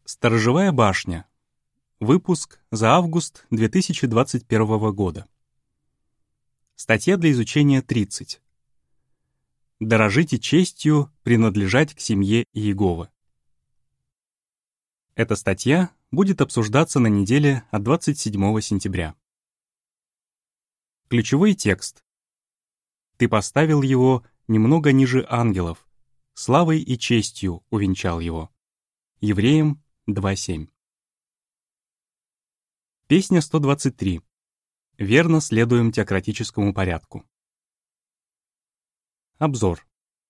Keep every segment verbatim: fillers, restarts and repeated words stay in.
Сторожевая башня. Выпуск за август две тысячи двадцать первого года. Статья для изучения тридцать. Дорожите честью принадлежать к семье Иеговы. Эта статья будет обсуждаться на неделе от двадцать седьмого сентября. Ключевой текст. Ты поставил его немного ниже ангелов, славой и честью увенчал его. Евреям два семь. Песня сто двадцать три. Верно следуем теократическому порядку. Обзор.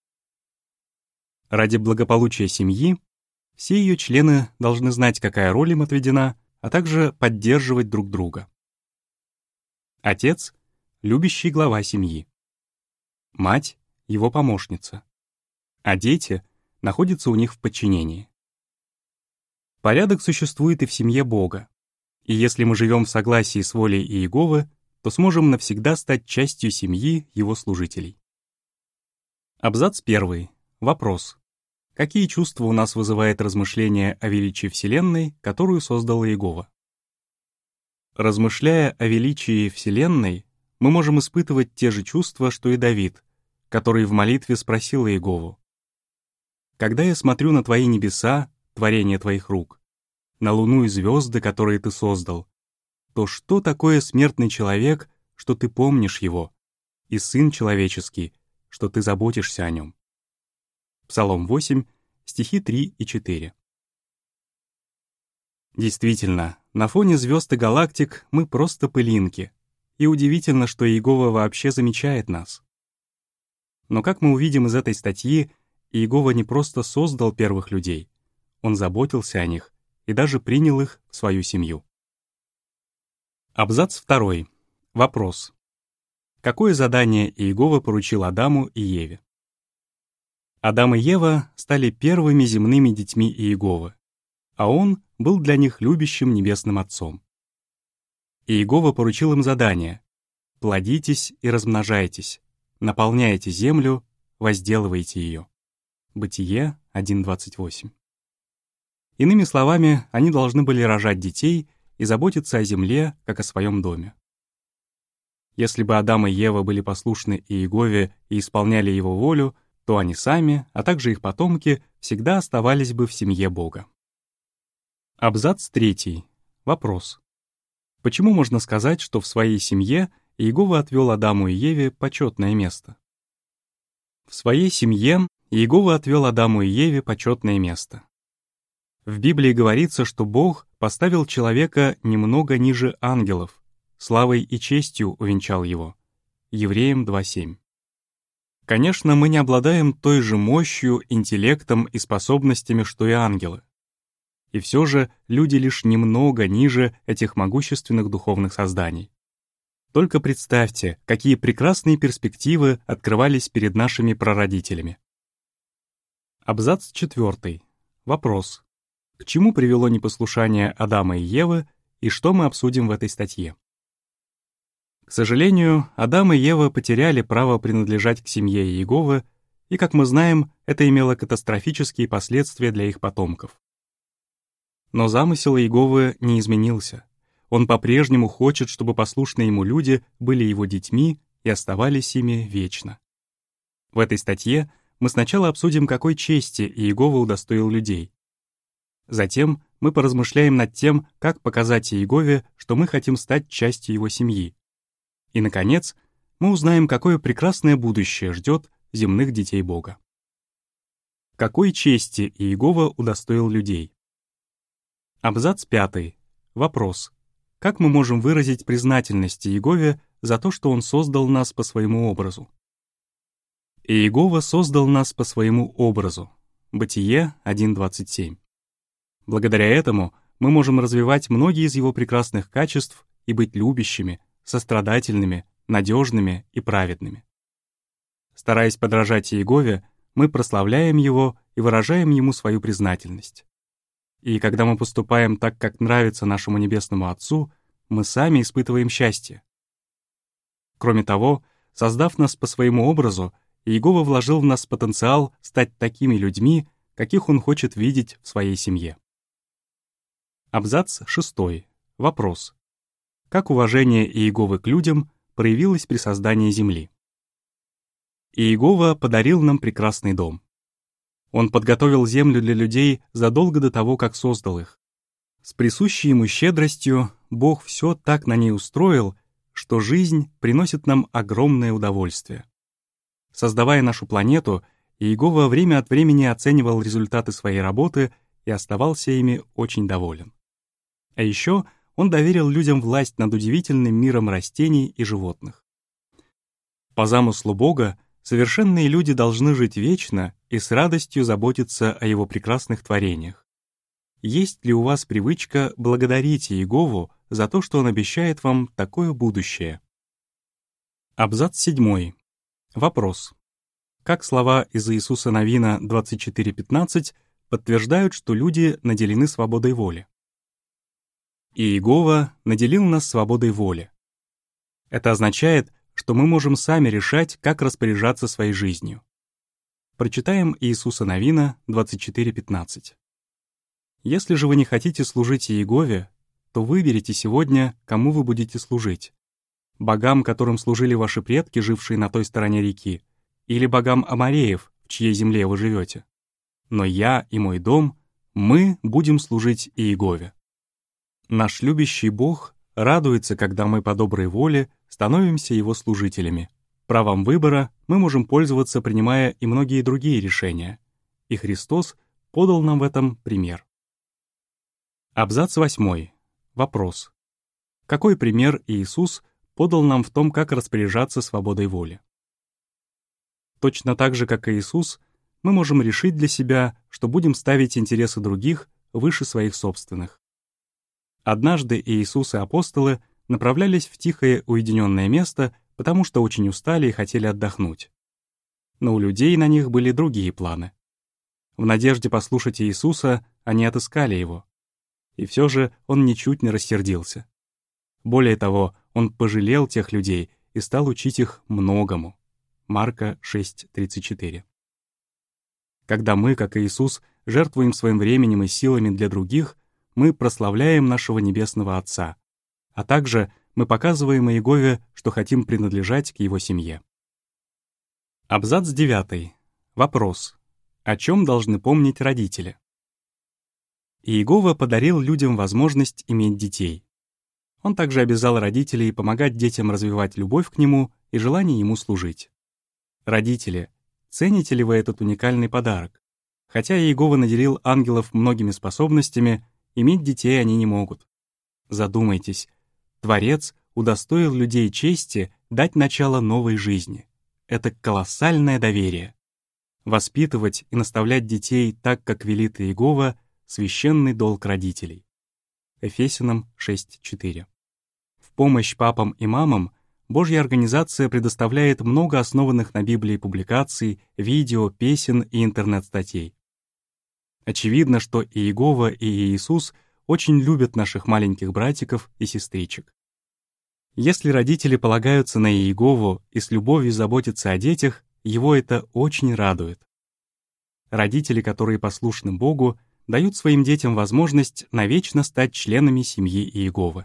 Ради благополучия семьи все ее члены должны знать, какая роль им отведена, а также поддерживать друг друга. Отец — любящий глава семьи. Мать — его помощница. А дети находятся у них в подчинении. Порядок существует и в семье Бога. И если мы живем в согласии с волей Иеговы, то сможем навсегда стать частью семьи его служителей. Абзац первый. Вопрос. Какие чувства у нас вызывает размышление о величии Вселенной, которую создал Иегова? Размышляя о величии Вселенной, мы можем испытывать те же чувства, что и Давид, который в молитве спросил Иегову: «Когда я смотрю на твои небеса, творение твоих рук, на луну и звезды, которые ты создал, то что такое смертный человек, что ты помнишь его, и сын человеческий, что ты заботишься о нем?» Псалом восемь, стихи три и четыре. Действительно, на фоне звезд и галактик мы просто пылинки, и удивительно, что Иегова вообще замечает нас. Но как мы увидим из этой статьи, Иегова не просто создал первых людей, он заботился о них и даже принял их в свою семью. Абзац второй. Вопрос. Какое задание Иегова поручил Адаму и Еве? Адам и Ева стали первыми земными детьми Иеговы, а он был для них любящим небесным отцом. Иегова поручил им задание: «Плодитесь и размножайтесь, наполняйте землю, возделывайте ее». Бытие один двадцать восемь. Иными словами, они должны были рожать детей и заботиться о земле, как о своем доме. Если бы Адам и Ева были послушны Иегове и исполняли его волю, то они сами, а также их потомки, всегда оставались бы в семье Бога. Абзац третий. Вопрос. Почему можно сказать, что в своей семье Иегова отвел Адаму и Еве почетное место? В своей семье Иегова отвел Адаму и Еве почетное место. В Библии говорится, что Бог поставил человека немного ниже ангелов, славой и честью увенчал его. Евреям два семь. Конечно, мы не обладаем той же мощью, интеллектом и способностями, что и ангелы. И все же люди лишь немного ниже этих могущественных духовных созданий. Только представьте, какие прекрасные перспективы открывались перед нашими прародителями. Абзац четвертый. Вопрос. К чему привело непослушание Адама и Евы, и что мы обсудим в этой статье? К сожалению, Адам и Ева потеряли право принадлежать к семье Иеговы, и, как мы знаем, это имело катастрофические последствия для их потомков. Но замысел Иеговы не изменился. Он по-прежнему хочет, чтобы послушные ему люди были его детьми и оставались ими вечно. В этой статье мы сначала обсудим, какой чести Иегова удостоил людей. Затем мы поразмышляем над тем, как показать Иегове, что мы хотим стать частью его семьи. И, наконец, мы узнаем, какое прекрасное будущее ждет земных детей Бога. Какой чести Иегова удостоил людей? Абзац пятый. Вопрос. Как мы можем выразить признательность Иегове за то, что он создал нас по своему образу? Иегова создал нас по своему образу. Бытие один двадцать семь. Благодаря этому мы можем развивать многие из его прекрасных качеств и быть любящими, сострадательными, надежными и праведными. Стараясь подражать Иегове, мы прославляем его и выражаем ему свою признательность. И когда мы поступаем так, как нравится нашему Небесному Отцу, мы сами испытываем счастье. Кроме того, создав нас по своему образу, Иегова вложил в нас потенциал стать такими людьми, каких он хочет видеть в своей семье. Абзац шестой. Вопрос. Как уважение Иеговы к людям проявилось при создании земли? Иегова подарил нам прекрасный дом. Он подготовил землю для людей задолго до того, как создал их. С присущей ему щедростью Бог все так на ней устроил, что жизнь приносит нам огромное удовольствие. Создавая нашу планету, Иегова время от времени оценивал результаты своей работы и оставался ими очень доволен. А еще он доверил людям власть над удивительным миром растений и животных. По замыслу Бога, совершенные люди должны жить вечно и с радостью заботиться о его прекрасных творениях. Есть ли у вас привычка благодарить Иегову за то, что он обещает вам такое будущее? Абзац седьмой. Вопрос. Как слова из Иисуса Навина двадцать четыре пятнадцать подтверждают, что люди наделены свободой воли? Иегова наделил нас свободой воли. Это означает, что мы можем сами решать, как распоряжаться своей жизнью. Прочитаем Иисуса Навина двадцать четыре пятнадцать. Если же вы не хотите служить Иегове, то выберите сегодня, кому вы будете служить. Богам, которым служили ваши предки, жившие на той стороне реки, или богам амореев, в чьей земле вы живете. Но я и мой дом, мы будем служить Иегове. Наш любящий Бог радуется, когда мы по доброй воле становимся Его служителями. Правом выбора мы можем пользоваться, принимая и многие другие решения. И Христос подал нам в этом пример. Абзац восьмой. Вопрос. Какой пример Иисус подал нам в том, как распоряжаться свободой воли? Точно так же, как и Иисус, мы можем решить для себя, что будем ставить интересы других выше своих собственных. Однажды Иисус и апостолы направлялись в тихое уединенное место, потому что очень устали и хотели отдохнуть. Но у людей на них были другие планы. В надежде послушать Иисуса они отыскали его. И все же он ничуть не рассердился. Более того, он пожалел тех людей и стал учить их многому. Марка шесть тридцать четыре. Когда мы, как Иисус, жертвуем своим временем и силами для других, мы прославляем нашего Небесного Отца, а также мы показываем Иегове, что хотим принадлежать к Его семье. Абзац девятый. Вопрос. О чем должны помнить родители? Иегова подарил людям возможность иметь детей. Он также обязал родителей помогать детям развивать любовь к нему и желание ему служить. Родители, цените ли вы этот уникальный подарок? Хотя Иегова наделил ангелов многими способностями, иметь детей они не могут. Задумайтесь, Творец удостоил людей чести дать начало новой жизни. Это колоссальное доверие. Воспитывать и наставлять детей так, как велит Иегова, священный долг родителей. Ефесянам шесть четыре. В помощь папам и мамам Божья организация предоставляет много основанных на Библии публикаций, видео, песен и интернет-статей. Очевидно, что и Иегова, и Иисус очень любят наших маленьких братиков и сестричек. Если родители полагаются на Иегову и с любовью заботятся о детях, его это очень радует. Родители, которые послушны Богу, дают своим детям возможность навечно стать членами семьи Иеговы.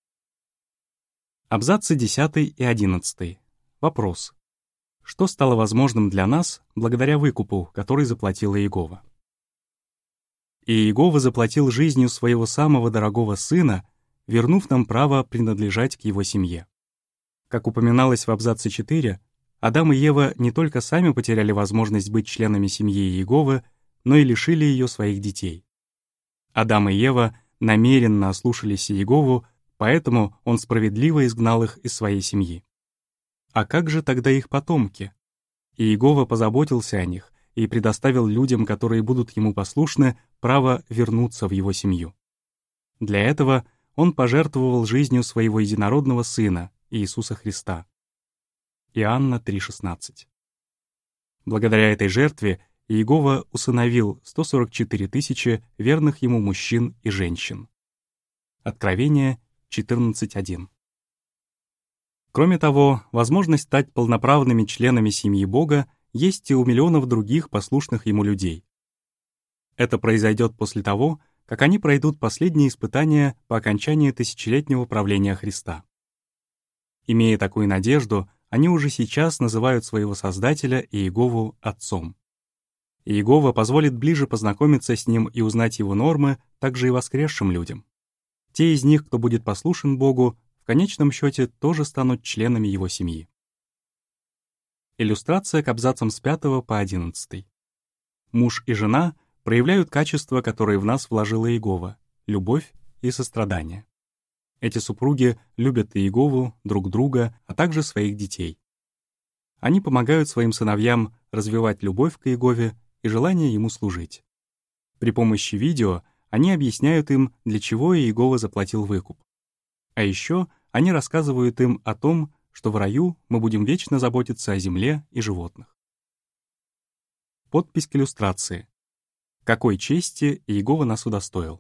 Абзацы десятый и одиннадцатый. Вопрос. Что стало возможным для нас благодаря выкупу, который заплатила Иегова? Иегова заплатил жизнью своего самого дорогого сына, вернув нам право принадлежать к его семье. Как упоминалось в абзаце четыре, Адам и Ева не только сами потеряли возможность быть членами семьи Иеговы, но и лишили ее своих детей. Адам и Ева намеренно ослушались Иегову, поэтому он справедливо изгнал их из своей семьи. А как же тогда их потомки? Иегова позаботился о них и предоставил людям, которые будут ему послушны, право вернуться в его семью. Для этого он пожертвовал жизнью своего единородного сына, Иисуса Христа. Иоанна три шестнадцать. Благодаря этой жертве Иегова усыновил сто сорок четыре тысячи верных ему мужчин и женщин. Откровение четырнадцать один. Кроме того, возможность стать полноправными членами семьи Бога есть и у миллионов других послушных ему людей. Это произойдет после того, как они пройдут последние испытания по окончании тысячелетнего правления Христа. Имея такую надежду, они уже сейчас называют своего Создателя Иегову Отцом. Иегова позволит ближе познакомиться с Ним и узнать Его нормы также и воскресшим людям. Те из них, кто будет послушен Богу, в конечном счете тоже станут членами Его семьи. Иллюстрация к абзацам с пятого по одиннадцатый. Муж и жена проявляют качества, которые в нас вложила Иегова — любовь и сострадание. Эти супруги любят Иегову, друг друга, а также своих детей. Они помогают своим сыновьям развивать любовь к Иегове и желание ему служить. При помощи видео они объясняют им, для чего Иегова заплатил выкуп. А еще они рассказывают им о том, что в раю мы будем вечно заботиться о земле и животных. Подпись к иллюстрации. Какой чести Иегова нас удостоил?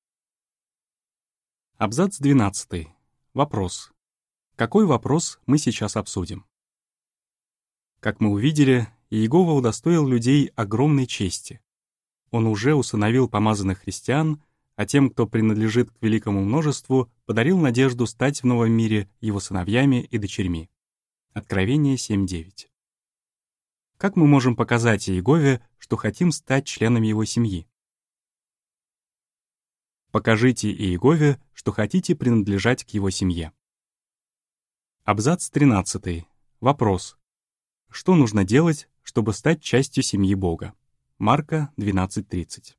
Абзац двенадцатый. Вопрос. Какой вопрос мы сейчас обсудим? Как мы увидели, Иегова удостоил людей огромной чести. Он уже усыновил помазанных христиан, а тем, кто принадлежит к великому множеству, подарил надежду стать в новом мире его сыновьями и дочерьми. Откровение семь девять. Как мы можем показать Иегове, что хотим стать членами его семьи? Покажите Иегове, что хотите принадлежать к его семье. Абзац тринадцатый. Вопрос. Что нужно делать, чтобы стать частью семьи Бога? Марка двенадцать тридцать.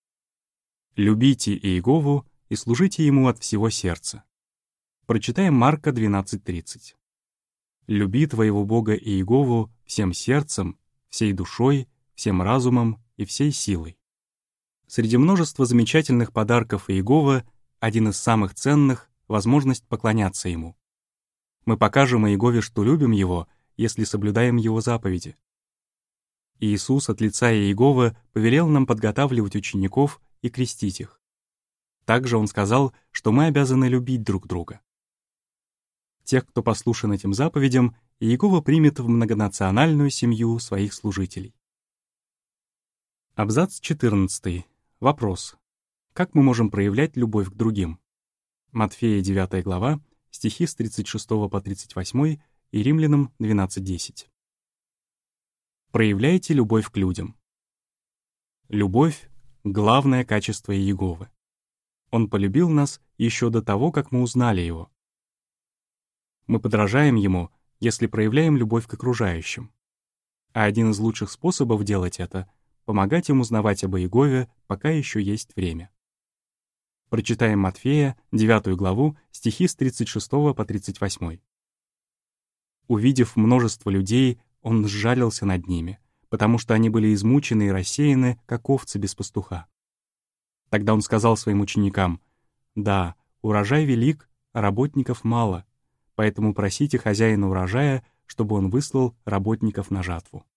Любите Иегову и служите Ему от всего сердца. Прочитаем Марка двенадцать тридцать. Люби твоего Бога Иегову всем сердцем, всей душой, всем разумом и всей силой. Среди множества замечательных подарков Иеговы один из самых ценных — возможность поклоняться Ему. Мы покажем Иегове, что любим Его, если соблюдаем Его заповеди. Иисус от лица Иеговы повелел нам подготавливать учеников и крестить их. Также Он сказал, что мы обязаны любить друг друга. Тех, кто послушен этим заповедям, Иегова примет в многонациональную семью своих служителей. Абзац четырнадцатый. Вопрос. Как мы можем проявлять любовь к другим? Матфея девятая глава, стихи с тридцать шестого по тридцать восьмой и Римлянам двенадцать десять. Проявляйте любовь к людям. Любовь — главное качество Иеговы. Он полюбил нас еще до того, как мы узнали Его. Мы подражаем Ему, если проявляем любовь к окружающим. А один из лучших способов делать это — помогать им узнавать об Иегове, пока еще есть время. Прочитаем Матфея, девятую главу, стихи с тридцать шестого по тридцать восьмой. Увидев множество людей, он сжалился над ними, потому что они были измучены и рассеяны, как овцы без пастуха. Тогда он сказал своим ученикам: «Да, урожай велик, а работников мало, поэтому просите хозяина урожая, чтобы он выслал работников на жатву».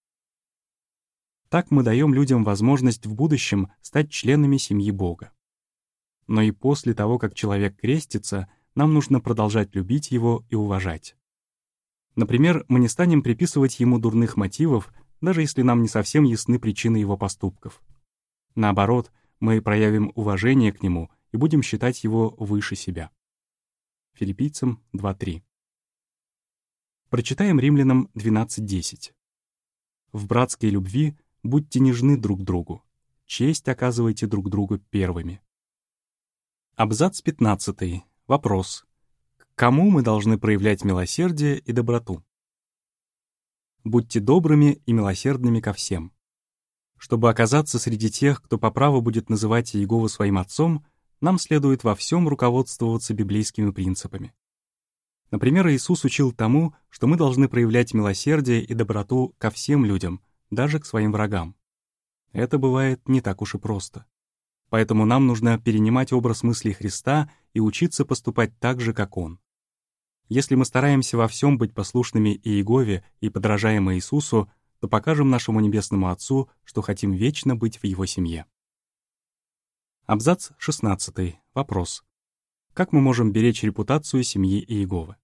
Так мы даем людям возможность в будущем стать членами семьи Бога. Но и после того, как человек крестится, нам нужно продолжать любить его и уважать. Например, мы не станем приписывать ему дурных мотивов, даже если нам не совсем ясны причины его поступков. Наоборот, мы проявим уважение к нему и будем считать его выше себя. Филиппийцам два три. Прочитаем Римлянам двенадцать десять. В братской любви будьте нежны друг другу, честь оказывайте друг другу первыми. Абзац пятнадцатый. Вопрос. К кому мы должны проявлять милосердие и доброту? Будьте добрыми и милосердными ко всем. Чтобы оказаться среди тех, кто по праву будет называть Иегову своим отцом, нам следует во всем руководствоваться библейскими принципами. Например, Иисус учил тому, что мы должны проявлять милосердие и доброту ко всем людям, даже к своим врагам. Это бывает не так уж и просто. Поэтому нам нужно перенимать образ мыслей Христа и учиться поступать так же, как Он. Если мы стараемся во всем быть послушными Иегове и подражаем Иисусу, то покажем нашему Небесному Отцу, что хотим вечно быть в Его семье. Абзац шестнадцатый. Вопрос. Как мы можем беречь репутацию семьи Иеговы?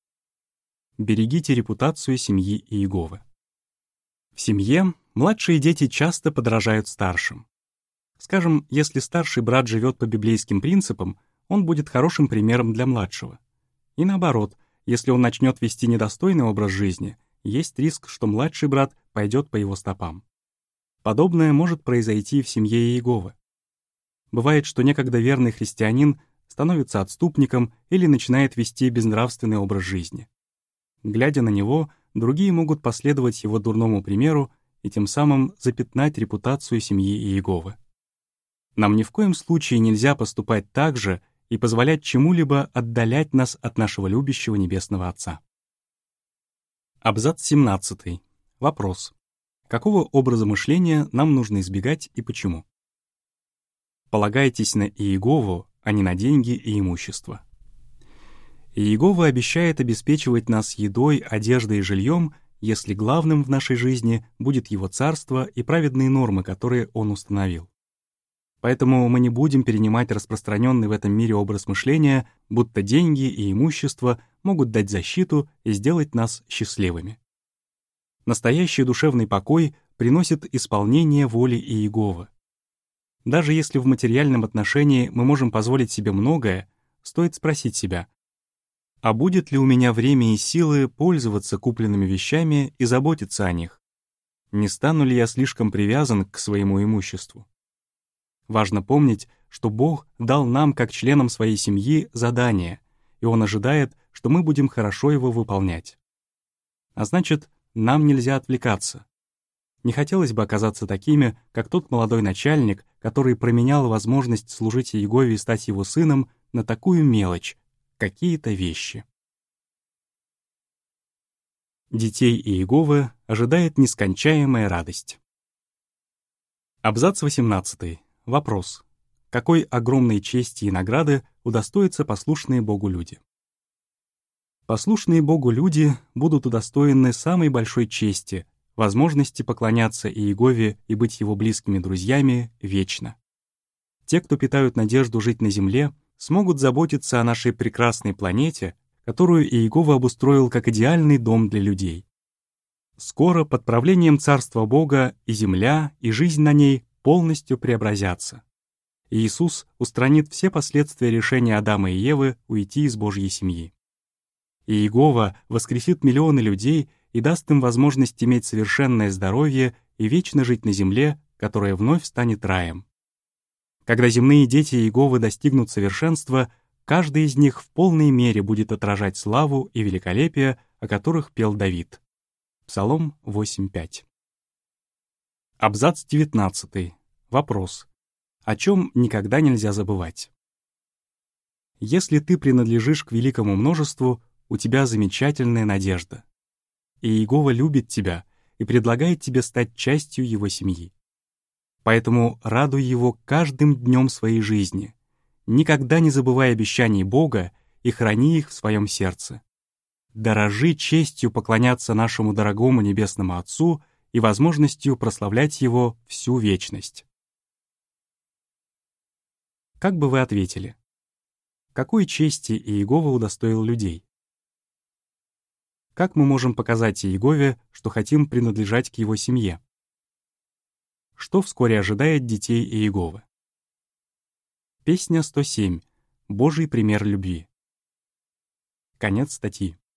Берегите репутацию семьи Иеговы. В семье младшие дети часто подражают старшим. Скажем, если старший брат живет по библейским принципам, он будет хорошим примером для младшего. И наоборот, если он начнет вести недостойный образ жизни, есть риск, что младший брат пойдет по его стопам. Подобное может произойти и в семье Иеговы. Бывает, что некогда верный христианин становится отступником или начинает вести безнравственный образ жизни. Глядя на него, другие могут последовать его дурному примеру и тем самым запятнать репутацию семьи Иеговы. Нам ни в коем случае нельзя поступать так же и позволять чему-либо отдалять нас от нашего любящего Небесного Отца. Абзац семнадцатый. Вопрос. Какого образа мышления нам нужно избегать и почему? Полагайтесь на Иегову, а не на деньги и имущество. Иегова обещает обеспечивать нас едой, одеждой и жильем, если главным в нашей жизни будет Его царство и праведные нормы, которые Он установил. Поэтому мы не будем перенимать распространенный в этом мире образ мышления, будто деньги и имущество могут дать защиту и сделать нас счастливыми. Настоящий душевный покой приносит исполнение воли Иеговы. Даже если в материальном отношении мы можем позволить себе многое, стоит спросить себя, а будет ли у меня время и силы пользоваться купленными вещами и заботиться о них? Не стану ли я слишком привязан к своему имуществу? Важно помнить, что Бог дал нам, как членам своей семьи, задание, и Он ожидает, что мы будем хорошо его выполнять. А значит, нам нельзя отвлекаться. Не хотелось бы оказаться такими, как тот молодой начальник, который променял возможность служить Иегове и стать его сыном на такую мелочь, какие-то вещи. Детей Иеговы ожидает нескончаемая радость. Абзац восемнадцатый. Вопрос. Какой огромной чести и награды удостоятся послушные Богу люди? Послушные Богу люди будут удостоены самой большой чести, возможности поклоняться Иегове и быть Его близкими друзьями вечно. Те, кто питают надежду жить на земле, смогут заботиться о нашей прекрасной планете, которую Иегова обустроил как идеальный дом для людей. Скоро под правлением Царства Бога и земля, и жизнь на ней полностью преобразятся. Иисус устранит все последствия решения Адама и Евы уйти из Божьей семьи. Иегова воскресит миллионы людей и даст им возможность иметь совершенное здоровье и вечно жить на земле, которая вновь станет раем. Когда земные дети Иеговы достигнут совершенства, каждый из них в полной мере будет отражать славу и великолепие, о которых пел Давид. Псалом восемь пять. Абзац девятнадцатый. Вопрос. О чем никогда нельзя забывать? Если ты принадлежишь к великому множеству, у тебя замечательная надежда. Иегова любит тебя и предлагает тебе стать частью его семьи. Поэтому радуй его каждым днем своей жизни. Никогда не забывай обещаний Бога и храни их в своем сердце. Дорожи честью поклоняться нашему дорогому Небесному Отцу и возможностью прославлять Его всю вечность. Как бы вы ответили? Какой чести Иегова удостоил людей? Как мы можем показать Иегове, что хотим принадлежать к его семье? Что вскоре ожидает детей Иеговы? Песня сто семь. Божий пример любви. Конец статьи.